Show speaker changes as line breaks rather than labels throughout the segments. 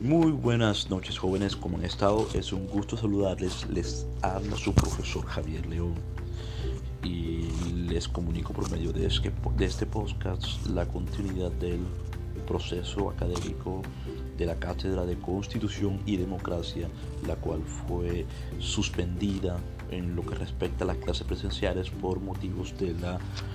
Muy buenas noches, jóvenes, ¿cómo han estado? Es un gusto saludarles. Les habla su profesor Javier León y les comunico por medio de este podcast la continuidad del proceso académico de la Cátedra de Constitución y Democracia, la cual fue suspendida en lo que respecta a las clases presenciales por motivos de la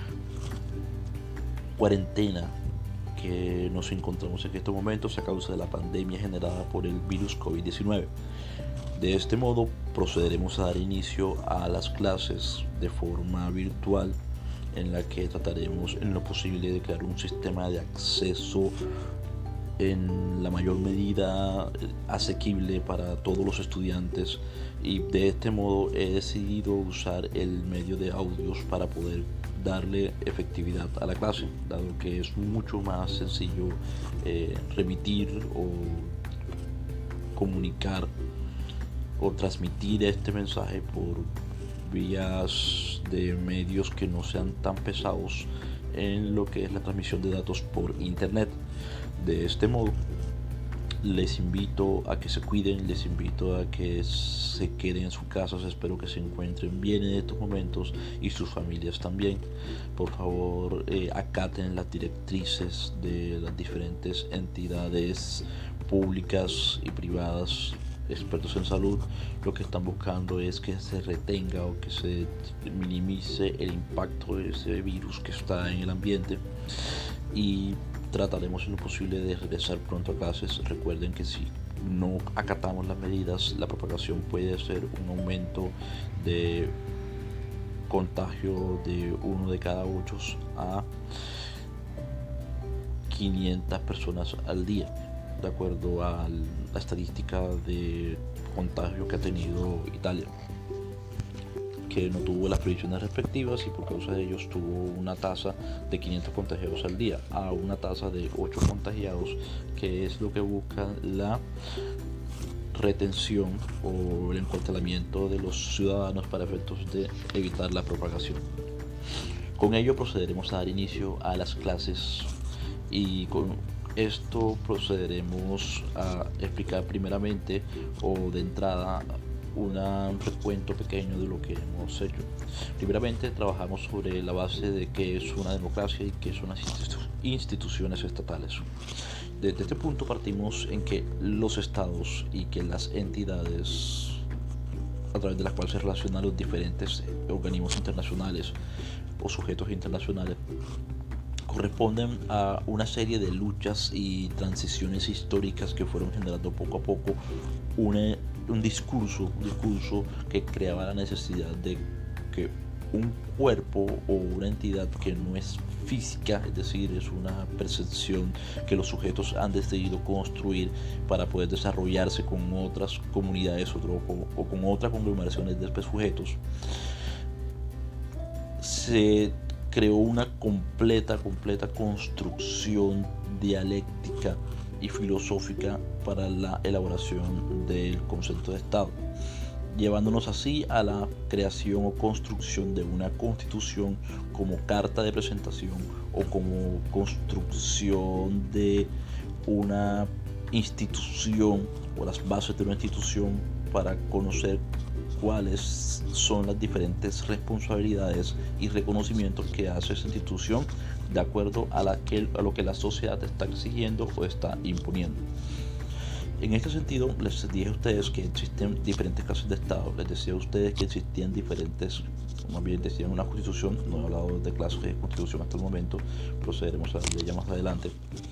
cuarentena que nos encontramos en estos momentos a causa de la pandemia generada por el virus COVID-19. De este modo procederemos a dar inicio a las clases de forma virtual, en la que trataremos en lo posible de crear un sistema de acceso en la mayor medida asequible para todos los estudiantes, y de este modo he decidido usar el medio de audios para poder darle efectividad a la clase, dado que es mucho más sencillo remitir o comunicar o transmitir este mensaje por vías de medios que no sean tan pesados en lo que es la transmisión de datos por internet. De este modo les invito a que se cuiden, les invito a que se queden en sus casas. Espero que se encuentren bien en estos momentos y sus familias también. Por favor, acaten las directrices de las diferentes entidades públicas y privadas, expertos en salud. Lo que están buscando es que se retenga o que se minimice el impacto de ese virus que está en el ambiente, y trataremos en lo posible de regresar pronto a clases. Recuerden que si no acatamos las medidas, la propagación puede ser un aumento de contagio de 1 de cada 8 a 500 personas al día, de acuerdo a la estadística de contagio que ha tenido Italia, que no tuvo las previsiones respectivas y por causa de ellos tuvo una tasa de 500 contagiados al día a una tasa de 8 contagiados, que es lo que busca la retención o el encuartelamiento de los ciudadanos para efectos de evitar la propagación. Con ello procederemos a dar inicio a las clases, y con esto procederemos a explicar primeramente o de entrada un recuento pequeño de lo que hemos hecho. Primeramente trabajamos sobre la base de qué es una democracia y qué son las instituciones estatales. Desde este punto partimos en que los estados y que las entidades a través de las cuales se relacionan los diferentes organismos internacionales o sujetos internacionales corresponden a una serie de luchas y transiciones históricas que fueron generando poco a poco un discurso que creaba la necesidad de que un cuerpo o una entidad que no es física, es decir, es una percepción que los sujetos han decidido construir para poder desarrollarse con otras comunidades o con otras conglomeraciones de sujetos, se creó una completa construcción dialéctica y filosófica para la elaboración del concepto de Estado, llevándonos así a la creación o construcción de una constitución como carta de presentación o como construcción de una institución o las bases de una institución para conocer cuáles son las diferentes responsabilidades y reconocimientos que hace esa institución de acuerdo a lo que la sociedad está exigiendo o está imponiendo. En este sentido, les dije a ustedes que existen diferentes clases de Estado. Les decía a ustedes que existían más bien decían una constitución. No he hablado de clases de constitución hasta el momento, procederemos a ella más adelante.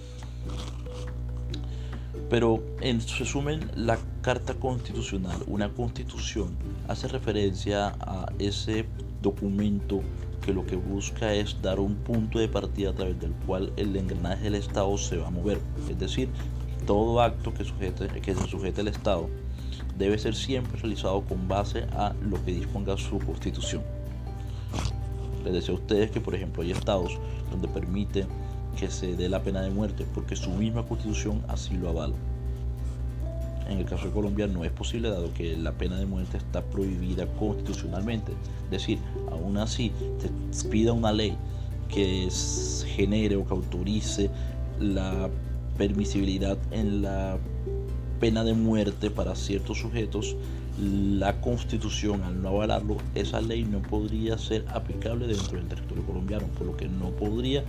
Pero en resumen, la Carta Constitucional, una constitución, hace referencia a ese documento que lo que busca es dar un punto de partida a través del cual el engranaje del Estado se va a mover. Es decir, todo acto que se sujete al Estado debe ser siempre realizado con base a lo que disponga su Constitución. Les decía a ustedes que, por ejemplo, hay estados donde permite que se dé la pena de muerte porque su misma Constitución así lo avala. En el caso de Colombia no es posible, dado que la pena de muerte está prohibida constitucionalmente. Es decir, aún así se pida una ley que genere o que autorice la permisibilidad en la pena de muerte para ciertos sujetos, la Constitución, al no avalarlo, esa ley no podría ser aplicable dentro del territorio colombiano, por lo que no podría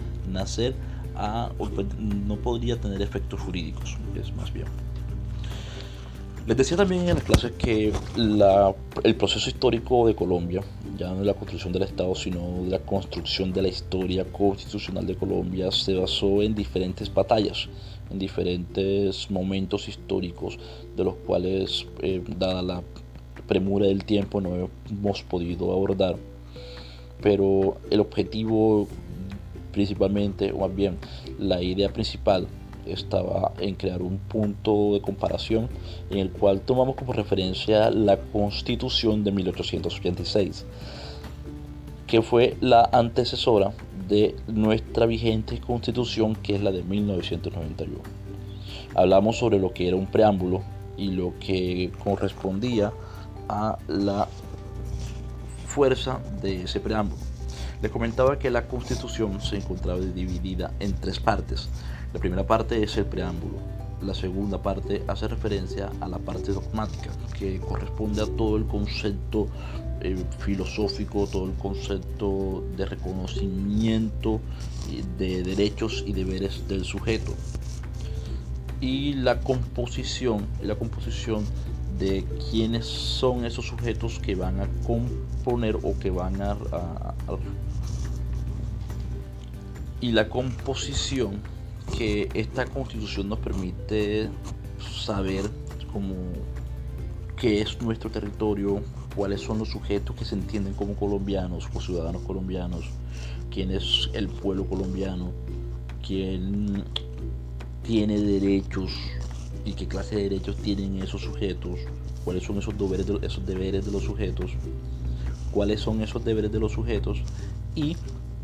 no podría tener efectos jurídicos, es más bien. Les decía también en la clase que el proceso histórico de Colombia, ya no de la construcción del Estado, sino de la construcción de la historia constitucional de Colombia, se basó en diferentes batallas, en diferentes momentos históricos, de los cuales, dada la premura del tiempo, no hemos podido abordar. Pero el objetivo principalmente, o más bien la idea principal, estaba en crear un punto de comparación en el cual tomamos como referencia la Constitución de 1886, que fue la antecesora de nuestra vigente Constitución, que es la de 1991. Hablamos sobre lo que era un preámbulo y lo que correspondía a la fuerza de ese preámbulo. Les comentaba que la Constitución se encontraba dividida en tres partes. La primera parte es el preámbulo. La segunda parte hace referencia a la parte dogmática, que corresponde a todo el concepto filosófico, todo el concepto de reconocimiento de derechos y deberes del sujeto. Y la composición de quiénes son esos sujetos que van a componer o que van y la composición que esta Constitución nos permite saber como qué es nuestro territorio, cuáles son los sujetos que se entienden como colombianos o ciudadanos colombianos, quién es el pueblo colombiano, quién tiene derechos y qué clase de derechos tienen esos sujetos, cuáles son esos deberes de los sujetos, cuáles son esos deberes de los sujetos, y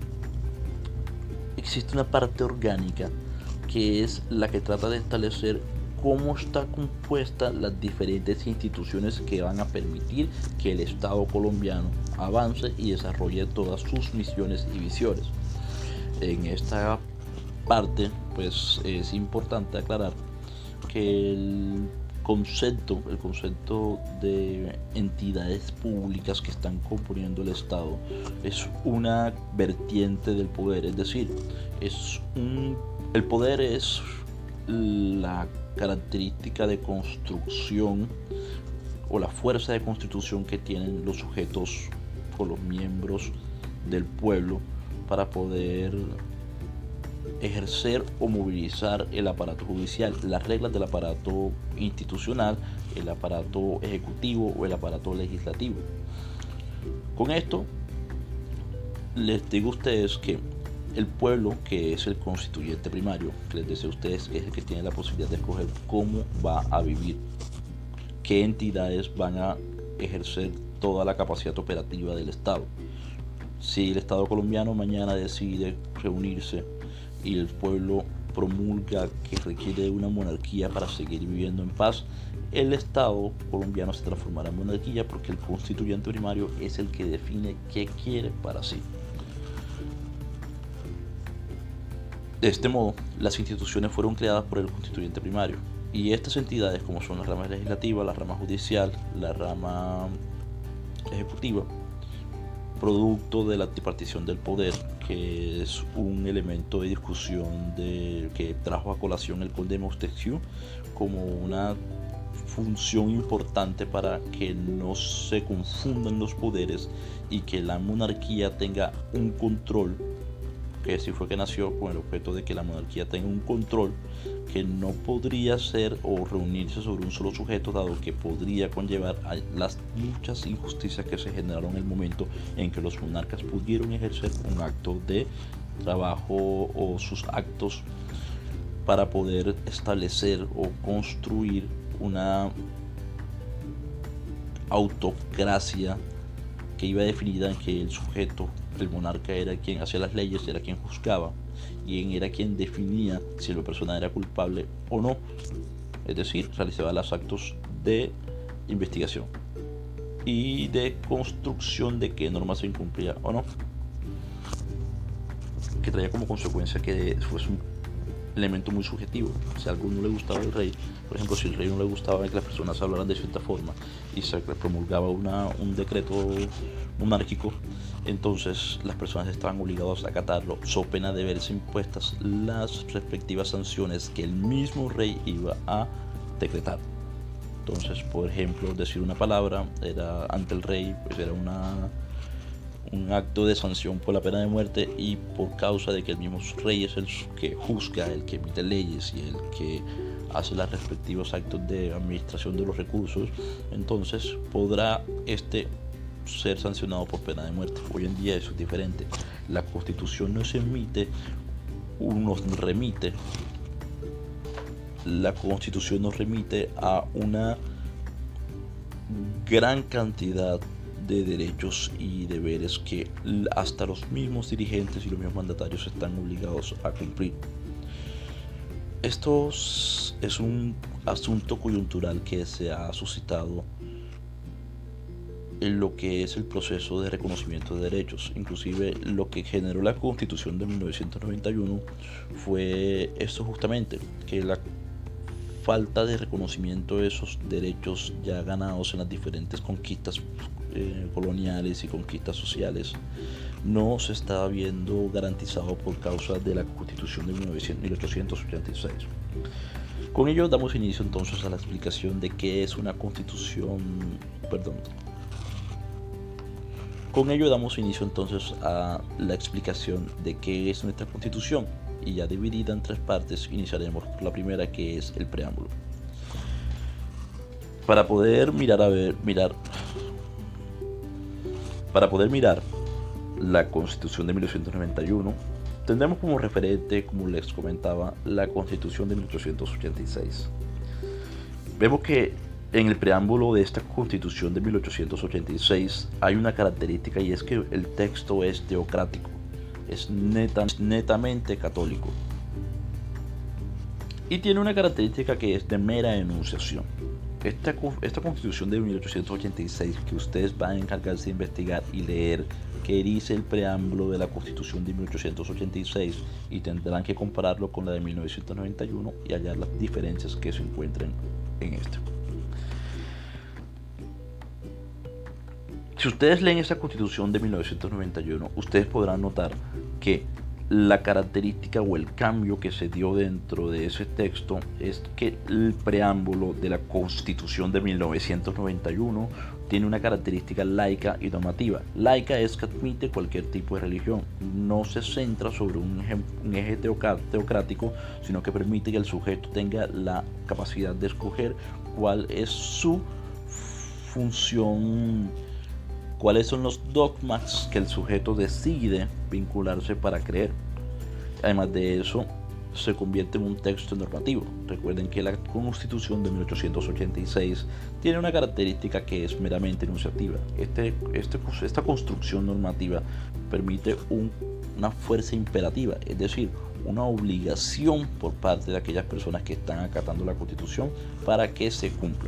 existe una parte orgánica que es la que trata de establecer cómo está compuesta las diferentes instituciones que van a permitir que el Estado colombiano avance y desarrolle todas sus misiones y visiones. En esta parte, pues es importante aclarar que el concepto de entidades públicas que están componiendo el Estado es una vertiente del poder, es decir, el poder es la característica de construcción o la fuerza de constitución que tienen los sujetos o los miembros del pueblo para poder ejercer o movilizar el aparato judicial, las reglas del aparato institucional, el aparato ejecutivo o el aparato legislativo. Con esto les digo a ustedes que el pueblo, que es el constituyente primario, que les decía a ustedes que es el que tiene la posibilidad de escoger cómo va a vivir, qué entidades van a ejercer toda la capacidad operativa del Estado. Si el Estado colombiano mañana decide reunirse y el pueblo promulga que requiere de una monarquía para seguir viviendo en paz, el Estado colombiano se transformará en monarquía porque el constituyente primario es el que define qué quiere para sí. De este modo, las instituciones fueron creadas por el constituyente primario, y estas entidades, como son la rama legislativa, la rama judicial, la rama ejecutiva, producto de la tripartición del poder, que es un elemento de discusión que trajo a colación el conde de Montesquieu como una función importante para que no se confundan los poderes y que la monarquía tenga un control, que así fue que nació con el objeto de que la monarquía tenga un control que no podría ser o reunirse sobre un solo sujeto, dado que podría conllevar a las muchas injusticias que se generaron en el momento en que los monarcas pudieron ejercer un acto de trabajo o sus actos para poder establecer o construir una autocracia que iba definida en que el sujeto, el monarca, era quien hacía las leyes, era quien juzgaba y era quien definía si la persona era culpable o no, es decir, realizaba los actos de investigación y de construcción de qué norma se incumplía o no, que traía como consecuencia que fuese un elemento muy subjetivo. Si a alguno no le gustaba el rey, por ejemplo, si el rey no le gustaba que las personas hablaran de cierta forma y se promulgaba un decreto monárquico, entonces las personas estaban obligadas a acatarlo, so pena de verse impuestas las respectivas sanciones que el mismo rey iba a decretar. Entonces, por ejemplo, decir una palabra era ante el rey, pues era un acto de sanción por la pena de muerte, y por causa de que el mismo rey es el que juzga, el que emite leyes y el que hace los respectivos actos de administración de los recursos, entonces podrá ser sancionado por pena de muerte. Hoy en día eso es diferente. La Constitución nos emite, nos remite, la Constitución nos remite a una gran cantidad de derechos y deberes que hasta los mismos dirigentes y los mismos mandatarios están obligados a cumplir. Esto es un asunto coyuntural que se ha suscitado en lo que es el proceso de reconocimiento de derechos. Inclusive lo que generó la Constitución de 1991 fue esto justamente, que la falta de reconocimiento de esos derechos ya ganados en las diferentes conquistas coloniales y conquistas sociales no se estaba viendo garantizado por causa de la Constitución de 1886. Con ello damos inicio entonces a la explicación de qué es una constitución, Con ello damos inicio entonces a la explicación de qué es nuestra Constitución, y ya dividida en tres partes, iniciaremos por la primera, que es el preámbulo. Para poder mirar la Constitución de 1891, tendremos como referente, como les comentaba, la Constitución de 1886. Vemos que en el preámbulo de esta Constitución de 1886 hay una característica, y es que el texto es teocrático, es netamente católico, y tiene una característica que es de mera enunciación. Esta Constitución de 1886, que ustedes van a encargarse de investigar y leer qué dice el preámbulo de la Constitución de 1886, y tendrán que compararlo con la de 1991 y hallar las diferencias que se encuentran en esta. Si ustedes leen esta Constitución de 1991, ustedes podrán notar que la característica o el cambio que se dio dentro de ese texto es que el preámbulo de la Constitución de 1991 tiene una característica laica y normativa. Laica es que admite cualquier tipo de religión, no se centra sobre un eje teocrático, sino que permite que el sujeto tenga la capacidad de escoger cuál es su función, cuáles son los dogmas que el sujeto decide vincularse para creer. Además de eso, se convierte en un texto normativo. Recuerden que la Constitución de 1886 tiene una característica que es meramente enunciativa. Esta construcción normativa permite una fuerza imperativa, es decir, una obligación por parte de aquellas personas que están acatando la Constitución para que se cumpla.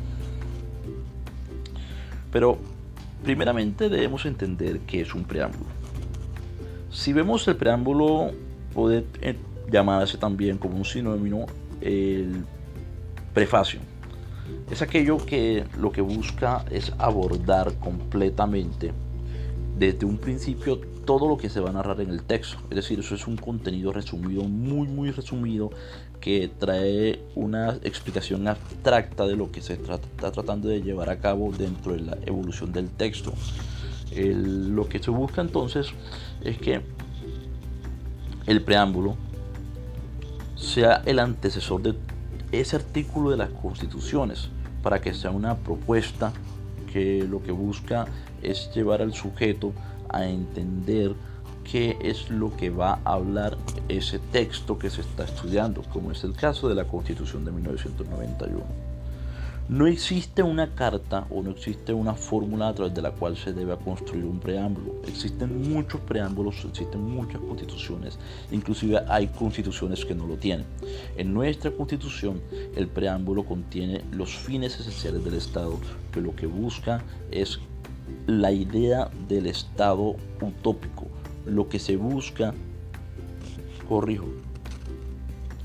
Pero primeramente debemos entender qué es un preámbulo. Si vemos el preámbulo, puede llamarse también como un sinónimo el prefacio. Es aquello que lo que busca es abordar completamente desde un principio todo lo que se va a narrar en el texto. Es decir, eso es un contenido resumido, muy resumido, que trae una explicación abstracta de lo que se está tratando de llevar a cabo dentro de la evolución del texto. Lo que se busca entonces es que el preámbulo sea el antecesor de ese artículo de las constituciones, para que sea una propuesta que lo que busca es llevar al sujeto a entender qué es lo que va a hablar ese texto que se está estudiando, como es el caso de la Constitución de 1991. No existe una carta o no existe una fórmula a través de la cual se debe construir un preámbulo. Existen muchos preámbulos, existen muchas constituciones, inclusive hay constituciones que no lo tienen. En nuestra Constitución, el preámbulo contiene los fines esenciales del Estado, que lo que busca es la idea del Estado utópico. Lo que se busca,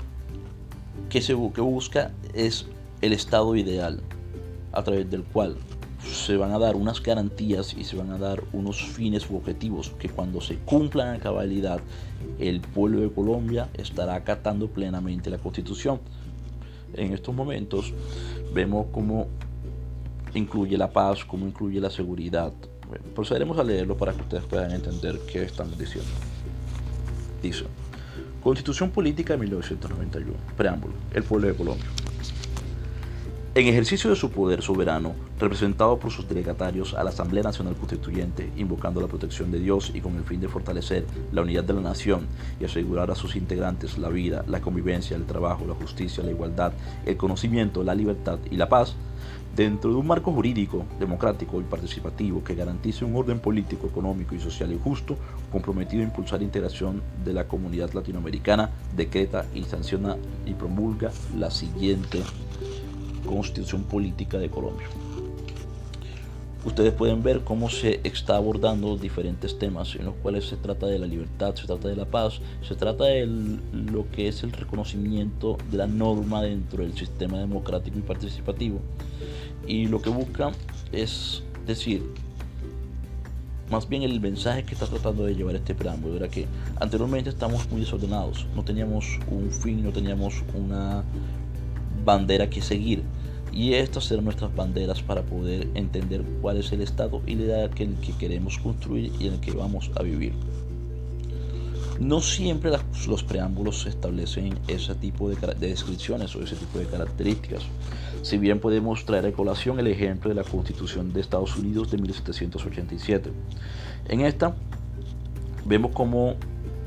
que busca es el estado ideal, a través del cual se van a dar unas garantías y se van a dar unos fines u objetivos que cuando se cumplan a cabalidad, el pueblo de Colombia estará acatando plenamente la Constitución. En estos momentos vemos cómo incluye la paz, cómo incluye la seguridad. Bueno, procederemos a leerlo para que ustedes puedan entender qué estamos diciendo. Dice: Constitución Política de 1991. Preámbulo. El pueblo de Colombia. En ejercicio de su poder soberano, representado por sus delegatarios a la Asamblea Nacional Constituyente, invocando la protección de Dios y con el fin de fortalecer la unidad de la nación y asegurar a sus integrantes la vida, la convivencia, el trabajo, la justicia, la igualdad, el conocimiento, la libertad y la paz, dentro de un marco jurídico, democrático y participativo que garantice un orden político, económico y social y justo, comprometido a impulsar la integración de la comunidad latinoamericana, decreta y sanciona y promulga la siguiente Constitución Política de Colombia. Ustedes pueden ver cómo se está abordando diferentes temas en los cuales se trata de la libertad, se trata de la paz, se trata de lo que es el reconocimiento de la norma dentro del sistema democrático y participativo. Y lo que busca es decir, más bien el mensaje que está tratando de llevar este preámbulo era que anteriormente estamos muy desordenados, no teníamos un fin, no teníamos una bandera que seguir, y estas eran nuestras banderas para poder entender cuál es el estado ideal que queremos construir y en el que vamos a vivir. No siempre los preámbulos establecen ese tipo de descripciones o ese tipo de características. Si bien podemos traer a colación el ejemplo de la Constitución de Estados Unidos de 1787. En esta vemos cómo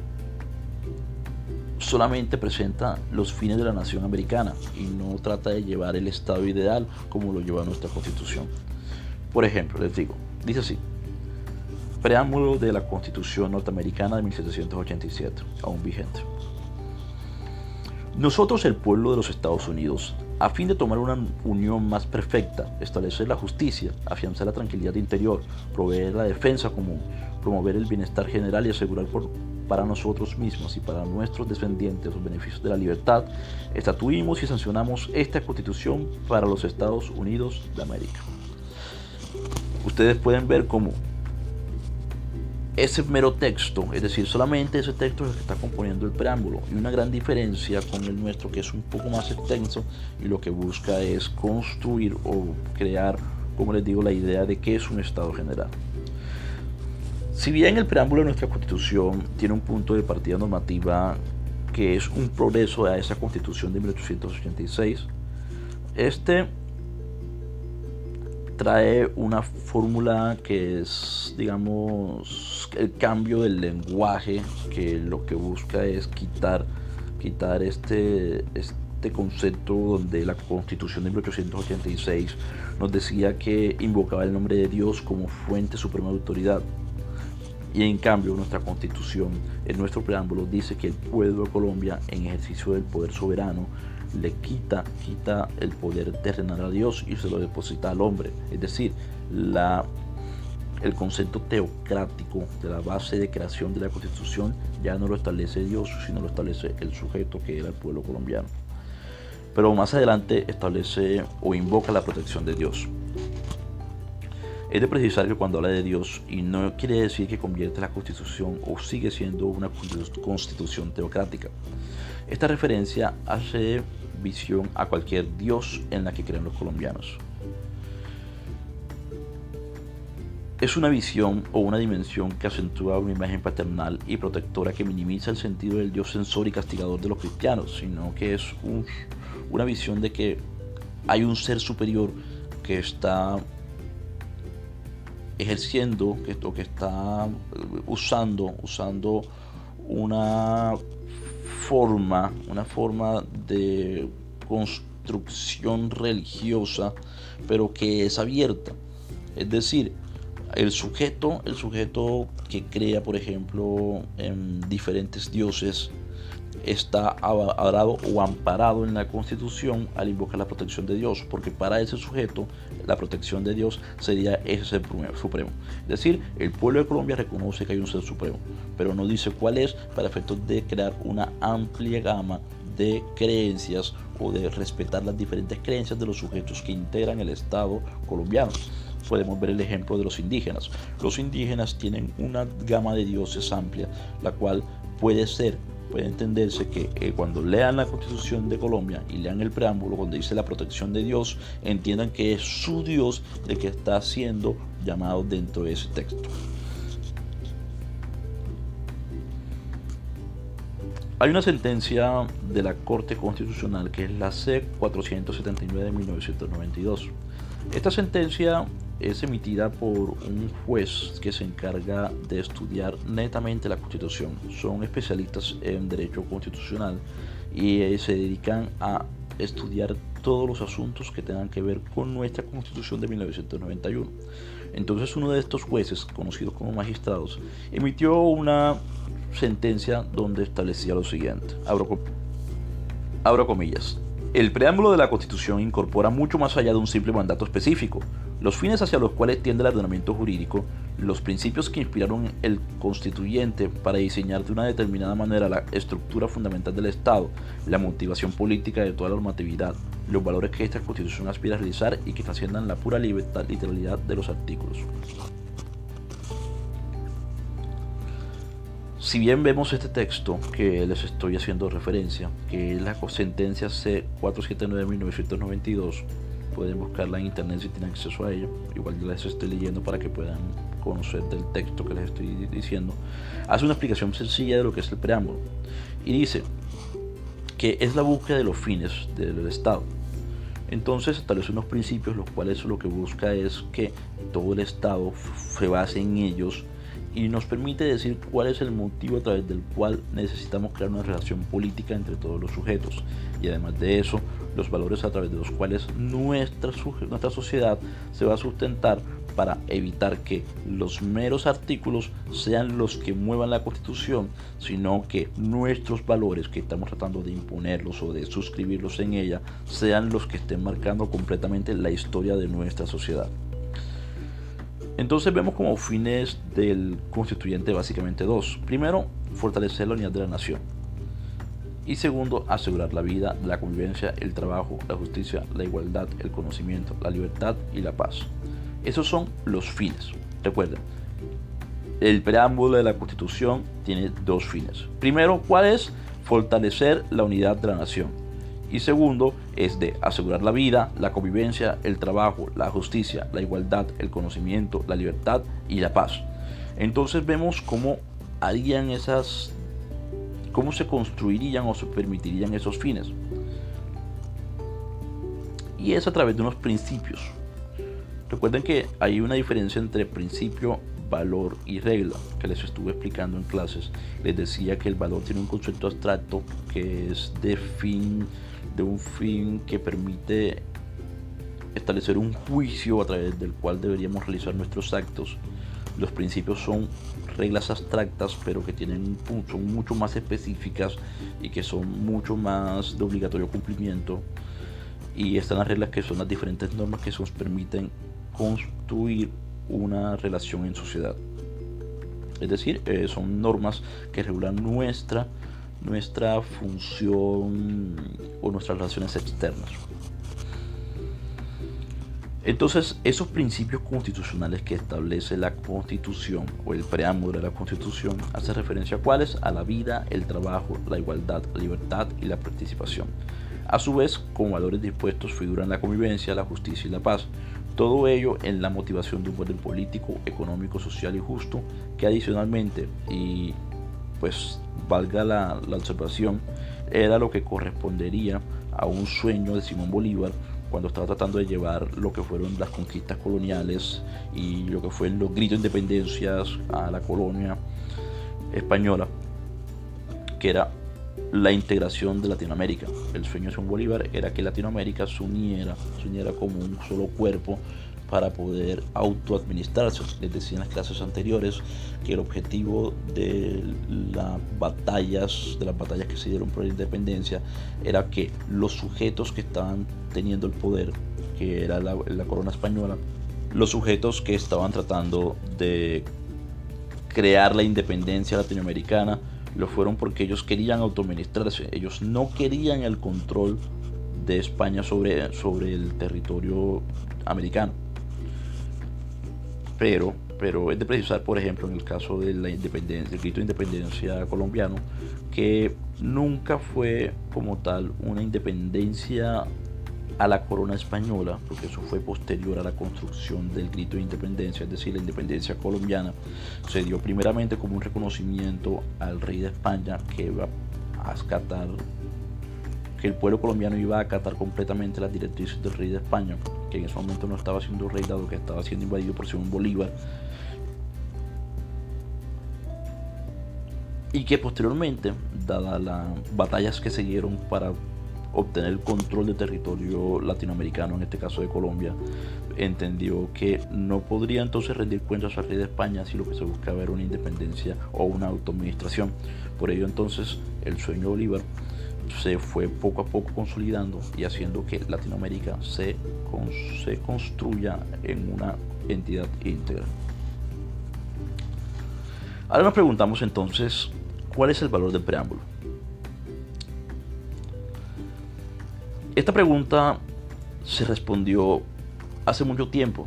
solamente presenta los fines de la nación americana y no trata de llevar el estado ideal como lo lleva nuestra Constitución. Por ejemplo, les digo, dice así: preámbulo de la Constitución norteamericana de 1787, aún vigente. Nosotros, el pueblo de los Estados Unidos, a fin de tomar una unión más perfecta, establecer la justicia, afianzar la tranquilidad interior, proveer la defensa común, promover el bienestar general y asegurar para nosotros mismos y para nuestros descendientes los beneficios de la libertad, estatuimos y sancionamos esta Constitución para los Estados Unidos de América. Ustedes pueden ver cómo ese mero texto, es decir, solamente ese texto es el que está componiendo el preámbulo, y una gran diferencia con el nuestro, que es un poco más extenso y lo que busca es construir o crear, como les digo, la idea de qué es un Estado general. Si bien el preámbulo de nuestra Constitución tiene un punto de partida normativa que es un progreso a esa Constitución de 1886, este trae una fórmula que es, digamos, el cambio del lenguaje, que lo que busca es quitar este concepto donde la Constitución de 1886 nos decía que invocaba el nombre de Dios como fuente suprema de autoridad. Y en cambio nuestra Constitución, en nuestro preámbulo, dice que el pueblo de Colombia, en ejercicio del poder soberano, le quita el poder terrenal a Dios y se lo deposita al hombre. Es decir, el concepto teocrático de la base de creación de la Constitución ya no lo establece Dios, sino lo establece el sujeto, que era el pueblo colombiano. Pero más adelante establece o invoca la protección de Dios. Es de precisar que cuando habla de Dios, y no quiere decir que convierte la Constitución o sigue siendo una Constitución teocrática. Esta referencia hace visión a cualquier Dios en la que creen los colombianos. Es una visión o una dimensión que acentúa una imagen paternal y protectora que minimiza el sentido del Dios censor y castigador de los cristianos, sino que es una visión de que hay un ser superior que está ejerciendo, que está usando una forma de construcción religiosa, pero que es abierta. Es decir, el sujeto que crea, por ejemplo, en diferentes dioses, está avalado o amparado en la Constitución al invocar la protección de Dios, porque para ese sujeto la protección de Dios sería ese ser supremo. Es decir, el pueblo de Colombia reconoce que hay un ser supremo, pero no dice cuál es, para efectos de crear una amplia gama de creencias o de respetar las diferentes creencias de los sujetos que integran el Estado colombiano. Podemos ver el ejemplo de los indígenas. Los indígenas tienen una gama de dioses amplia, la cual puede entenderse que cuando lean la Constitución de Colombia y lean el preámbulo donde dice la protección de Dios, entiendan que es su Dios el que está siendo llamado dentro de ese texto. Hay una sentencia de la Corte Constitucional que es la C-479 de 1992. Esta sentencia es emitida por un juez que se encarga de estudiar netamente la Constitución. Son especialistas en derecho constitucional y se dedican a estudiar todos los asuntos que tengan que ver con nuestra Constitución de 1991. Entonces uno de estos jueces, conocidos como magistrados, emitió una sentencia donde establecía lo siguiente, abro comillas: el preámbulo de la Constitución incorpora mucho más allá de un simple mandato específico, los fines hacia los cuales tiende el ordenamiento jurídico, los principios que inspiraron el constituyente para diseñar de una determinada manera la estructura fundamental del Estado, la motivación política de toda la normatividad, los valores que esta Constitución aspira a realizar y que trasciendan la pura literalidad de los artículos. Si bien vemos este texto que les estoy haciendo referencia, que es la sentencia C-479 de 1992, pueden buscarla en internet si tienen acceso a ella, igual yo les estoy leyendo para que puedan conocer del texto que les estoy diciendo, hace una explicación sencilla de lo que es el preámbulo y dice que es la búsqueda de los fines del Estado. Entonces establece unos principios los cuales lo que busca es que todo el Estado se base en ellos y nos permite decir cuál es el motivo a través del cual necesitamos crear una relación política entre todos los sujetos, y además de eso, los valores a través de los cuales nuestra sociedad se va a sustentar para evitar que los meros artículos sean los que muevan la Constitución, sino que nuestros valores que estamos tratando de imponerlos o de suscribirlos en ella sean los que estén marcando completamente la historia de nuestra sociedad. Entonces vemos como fines del constituyente básicamente dos. Primero, fortalecer la unidad de la nación. Y segundo, asegurar la vida, la convivencia, el trabajo, la justicia, la igualdad, el conocimiento, la libertad y la paz. Esos son los fines. Recuerden, el preámbulo de la Constitución tiene dos fines. Primero, ¿cuál es? Fortalecer la unidad de la nación. Y segundo, es de asegurar la vida, la convivencia, el trabajo, la justicia, la igualdad, el conocimiento, la libertad y la paz. Entonces vemos cómo se construirían o se permitirían esos fines. Y es a través de unos principios. Recuerden que hay una diferencia entre principio, valor y regla, que les estuve explicando en clases. Les decía que el valor tiene un concepto abstracto que es de un fin que permite establecer un juicio a través del cual deberíamos realizar nuestros actos. Los principios son reglas abstractas, pero que son mucho más específicas y que son mucho más de obligatorio cumplimiento. Y están las reglas, que son las diferentes normas que nos permiten construir una relación en sociedad. Es decir, son normas que regulan nuestra función o nuestras relaciones externas. Entonces, esos principios constitucionales que establece la Constitución o el preámbulo de la Constitución hace referencia a cuáles: a la vida, el trabajo, la igualdad, la libertad y la participación. A su vez, con valores dispuestos figuran la convivencia, la justicia y la paz. Todo ello en la motivación de un orden político, económico, social y justo, que adicionalmente, y pues valga la observación, era lo que correspondería a un sueño de Simón Bolívar cuando estaba tratando de llevar lo que fueron las conquistas coloniales y lo que fueron los gritos de independencias a la colonia española, que era la integración de Latinoamérica. El sueño de Simón Bolívar era que Latinoamérica se uniera como un solo cuerpo para poder autoadministrarse. Les decía en las clases anteriores que el objetivo de las batallas que se dieron por la independencia era que los sujetos que estaban teniendo el poder, que era la corona española, los sujetos que estaban tratando de crear la independencia latinoamericana, lo fueron porque ellos querían autoadministrarse, ellos no querían el control de España sobre el territorio americano. Pero es de precisar, por ejemplo, en el caso de la independencia, el grito de independencia colombiano, que nunca fue como tal una independencia a la corona española, porque eso fue posterior a la construcción del grito de independencia, es decir, la independencia colombiana se dio primeramente como un reconocimiento al rey de España, que iba a acatar, que el pueblo colombiano iba a acatar completamente las directrices del rey de España, que en ese momento no estaba siendo rey, dado que estaba siendo invadido por Simón Bolívar, y que posteriormente, dadas las batallas que siguieron para obtener el control del territorio latinoamericano, en este caso de Colombia, entendió que no podría entonces rendir cuentas al rey de España si lo que se buscaba era una independencia o una autoadministración. Por ello entonces el sueño de Bolívar se fue poco a poco consolidando y haciendo que Latinoamérica se construya en una entidad íntegra. Ahora nos preguntamos entonces, ¿cuál es el valor del preámbulo? Esta pregunta se respondió hace mucho tiempo.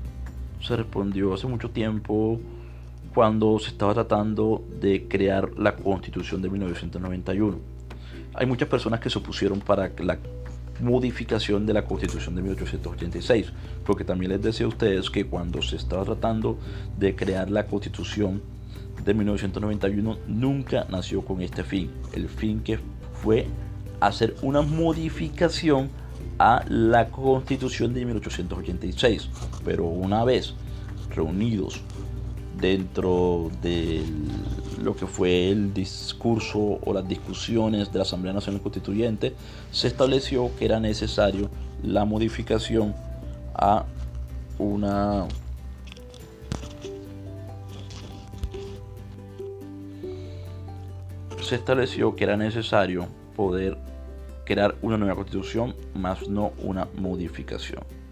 Cuando se estaba tratando de crear la Constitución de 1991. Hay muchas personas que se opusieron para la modificación de la Constitución de 1886, porque también les decía a ustedes que cuando se estaba tratando de crear la Constitución de 1991 nunca nació con este fin. El fin que fue hacer una modificación a la Constitución de 1886, pero una vez reunidos dentro de lo que fue el discurso o las discusiones de la Asamblea Nacional Constituyente, se estableció que era necesario la modificación a una poder crear una nueva constitución, más no una modificación.